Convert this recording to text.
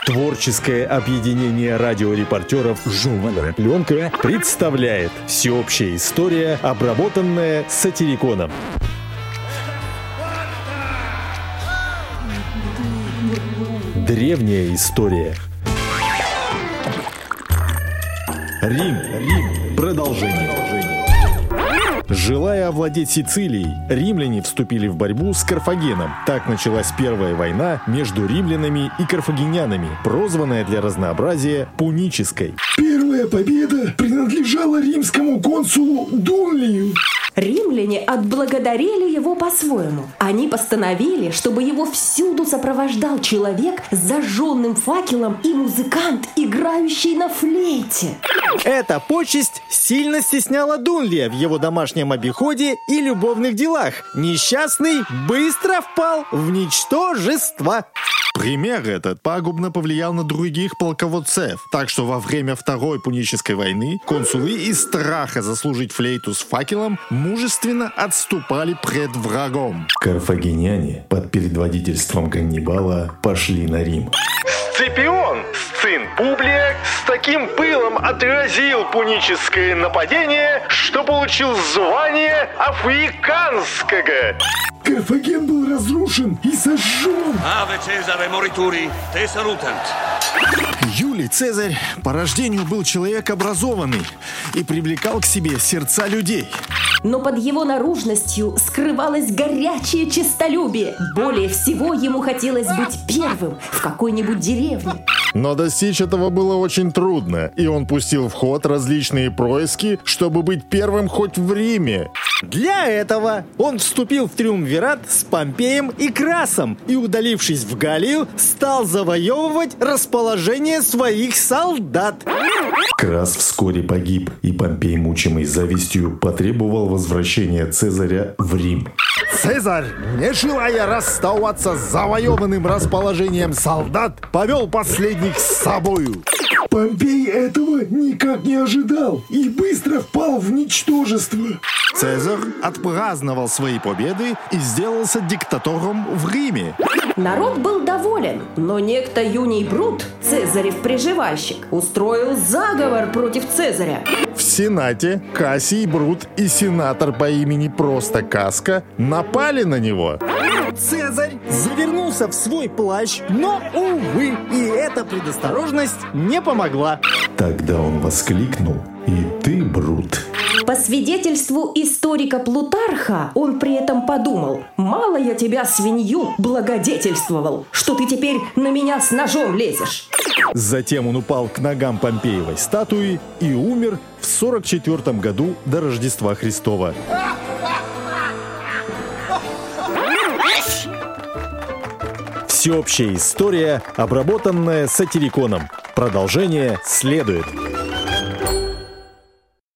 Творческое объединение радиорепортеров «Журнальная пленка» представляет всеобщая история, обработанная сатириконом. Древняя история. Рим. Продолжение. Желая овладеть Сицилией, римляне вступили в борьбу с Карфагеном. Так началась первая война между римлянами и карфагенянами, прозванная для разнообразия Пунической. Первая победа принадлежала римскому консулу Дунлию. Римляне отблагодарили его по-своему. Они постановили, чтобы его всюду сопровождал человек с зажженным факелом и музыкант, играющий на флейте. Эта почесть сильно стесняла Дунлия в его домашнем обиходе и любовных делах. Несчастный быстро впал в ничтожество. Пример этот пагубно повлиял на других полководцев, так что во время Второй Пунической войны консулы из страха заслужить флейту с факелом мужественно отступали пред врагом. Карфагеняне под предводительством Ганнибала пошли на Рим. Сципион, сын Публия, с таким пылом отразил пуническое нападение, что получил звание африканского. Карфаген был разрушен и сожжен. Ave Cesare morituri, te salutant. Юлий Цезарь по рождению был человек образованный и привлекал к себе сердца людей. Но под его наружностью скрывалось горячее честолюбие. Более всего ему хотелось быть первым в какой-нибудь деревне. Но достичь этого было очень трудно, и он пустил в ход различные происки, чтобы быть первым хоть в Риме. Для этого он вступил в триумвират с Помпеем и Красом и, удалившись в Галлию, стал завоевывать расположение своих солдат. Крас вскоре погиб, и Помпей, мучимый завистью, потребовал возвращения Цезаря в Рим. Цезарь, не желая расставаться с завоеванным расположением солдат, повел последних с собою. Помпей этого никак не ожидал и быстро впал в ничтожество. Цезарь отпраздновал свои победы и сделался диктатором в Риме. Народ был доволен, но некто Юний Брут, Цезарев приживальщик, устроил заговор против Цезаря. В Сенате Кассий Брут и сенатор по имени просто Каска напали на него. Цезарь завернулся в свой плащ, но, увы, и эта предосторожность не помогла. Тогда он воскликнул: «И ты, Брут!» По свидетельству историка Плутарха, он при этом подумал: «Мало я тебя, свинью, благодетельствовал, что ты теперь на меня с ножом лезешь». Затем он упал к ногам Помпеевой статуи и умер в 44 году до Рождества Христова. Всеобщая история, обработанная сатириконом. Продолжение следует.